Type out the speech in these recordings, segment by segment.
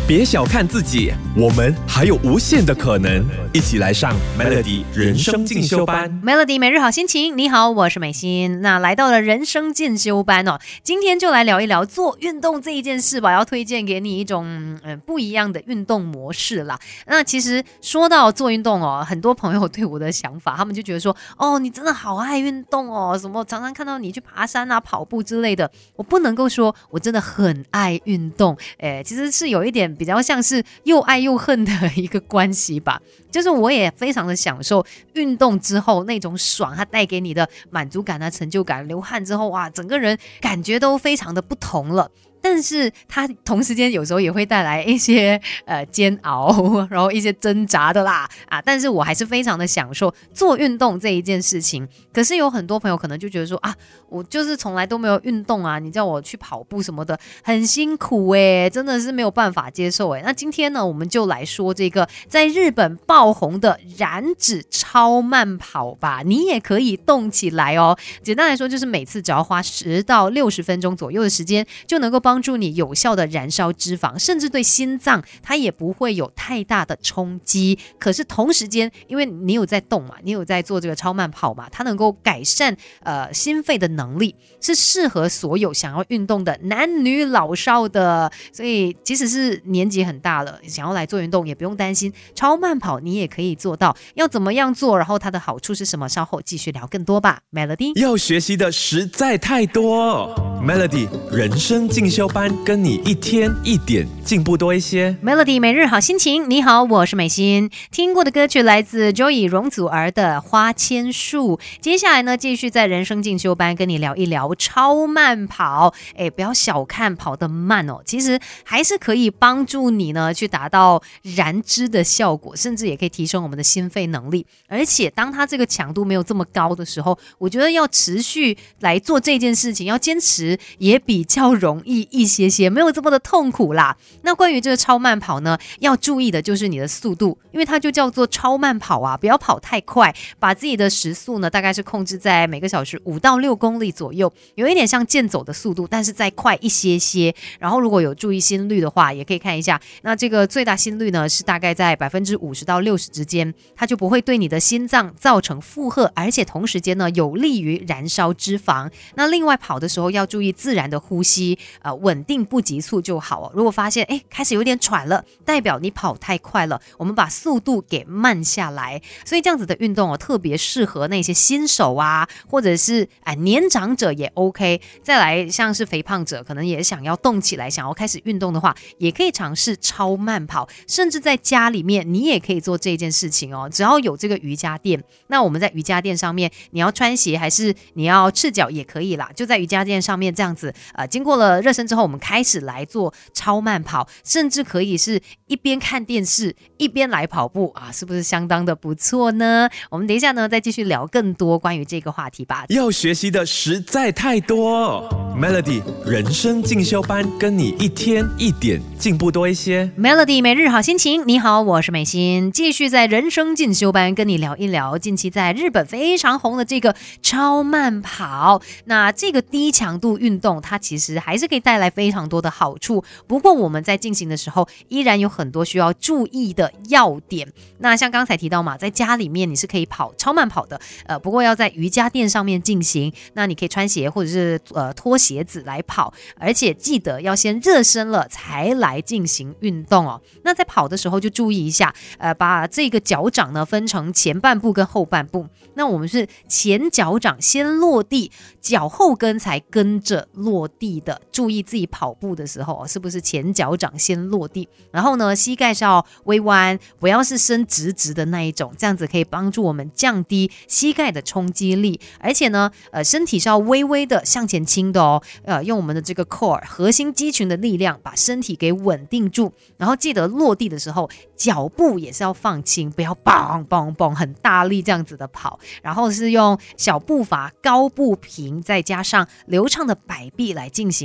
别小看自己，我们还有无限的可能。一起来上 Melody 人生进修班。 Melody 每日好心情，你好，我是美心。那来到了人生进修班哦，今天就来聊一聊做运动这一件事吧。要推荐给你一种不一样的运动模式啦。那其实说到做运动哦，很多朋友对我的想法，他们就觉得说，哦，你真的好爱运动哦，什么常常看到你去爬山啊、跑步之类的。我不能够说我真的很爱运动，其实是有一点比较像是又爱又恨的一个关系吧。就是我也非常的享受运动之后那种爽，它带给你的满足感啊、成就感。流汗之后哇，整个人感觉都非常的不同了。但是它同时间有时候也会带来一些煎熬，然后一些挣扎的啦但是我还是非常的享受做运动这一件事情。可是有很多朋友可能就觉得说我就是从来都没有运动啊，你叫我去跑步什么的很辛苦真的是没有办法接受那今天呢，我们就来说这个在日本爆红的燃脂超慢跑吧，你也可以动起来哦。简单来说就是每次只要花10到60分钟左右的时间，就能够帮助你有效的燃烧脂肪，甚至对心脏它也不会有太大的冲击。可是同时间，因为你有在动嘛，你有在做这个超慢跑嘛，它能够改善心肺的能力，是适合所有想要运动的男女老少的。所以即使是年纪很大了，想要来做运动也不用担心，超慢跑你也可以做到。要怎么样做，然后它的好处是什么，稍后继续聊更多吧。 Melody 要学习的实在太多，Melody 人生进修班，跟你一天一点进步多一些。 Melody 每日好心情，你好，我是美心。听过的歌曲来自 Joey 容祖儿的花千树。接下来呢，继续在人生进修班跟你聊一聊超慢跑。不要小看跑得慢哦，其实还是可以帮助你呢去达到燃脂的效果，甚至也可以提升我们的心肺能力。而且当它这个强度没有这么高的时候，我觉得要持续来做这件事情，要坚持也比较容易一些，没有这么的痛苦啦。那关于这个超慢跑呢，要注意的就是你的速度，因为它就叫做超慢跑不要跑太快，把自己的时速呢大概是控制在每个小时5到6公里左右，有一点像健走的速度，但是再快一些。然后如果有注意心率的话，也可以看一下，那这个最大心率呢是大概在50%到60%之间，它就不会对你的心脏造成负荷，而且同时间呢有利于燃烧脂肪。那另外跑的时候要注意自然的呼吸，稳定不急促就好如果发现开始有点喘了，代表你跑太快了，我们把速度给慢下来。所以这样子的运动特别适合那些新手或者是年长者也 OK。 再来像是肥胖者可能也想要动起来，想要开始运动的话，也可以尝试超慢跑。甚至在家里面你也可以做这件事情只要有这个瑜伽垫，那我们在瑜伽垫上面，你要穿鞋还是你要赤脚也可以啦，就在瑜伽垫上面这样子经过了热身之后，我们开始来做超慢跑，甚至可以是一边看电视一边来跑步是不是相当的不错呢？我们等一下呢再继续聊更多关于这个话题吧。 要学习的实在太多，Melody 人生进修班，跟你一天一点进步多一些。 Melody 每日好心情，你好，我是美心。继续在人生进修班跟你聊一聊近期在日本非常红的这个超慢跑。那这个低强度运动它其实还是可以带来非常多的好处，不过我们在进行的时候依然有很多需要注意的要点。那像刚才提到嘛，在家里面你是可以跑超慢跑的不过要在瑜伽垫上面进行，那你可以穿鞋或者是脱鞋子来跑，而且记得要先热身了才来进行运动那在跑的时候就注意一下把这个脚掌呢分成前半部跟后半部。那我们是前脚掌先落地，脚后跟才跟着落地的。注意自己跑步的时候是不是前脚掌先落地，然后呢膝盖是要微弯，不要是伸直直的那一种，这样子可以帮助我们降低膝盖的冲击力。而且呢身体是要微微的向前倾的用我们的这个 core 核心肌群的力量把身体给稳定住。然后记得落地的时候脚步也是要放轻，不要嘣嘣嘣很大力这样子的跑，然后是用小步伐高步频再加上流畅的摆臂来进行超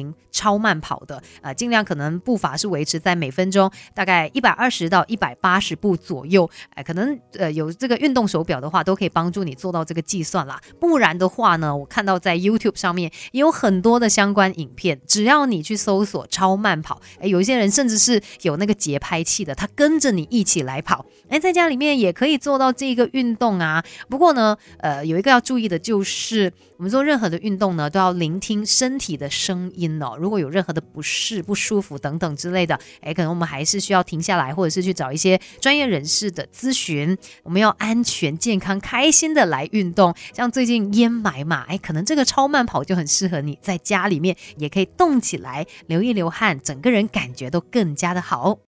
超慢跑的，尽量可能步伐是维持在每分钟大概120到180步左右，可能有这个运动手表的话，都可以帮助你做到这个计算啦。不然的话呢，我看到在 YouTube 上面也有很多的相关影片，只要你去搜索超慢跑，有一些人甚至是有那个节拍器的，他跟着你一起来跑，在家里面也可以做到这个运动啊。不过呢，有一个要注意的就是，我们做任何的运动呢，都要聆听身体的声音哦。如果有任何的不适、不舒服等等之类的，可能我们还是需要停下来，或者是去找一些专业人士的咨询。我们要安全、健康、开心的来运动。像最近烟霾嘛，可能这个超慢跑就很适合你，在家里面也可以动起来，流一流汗，整个人感觉都更加的好。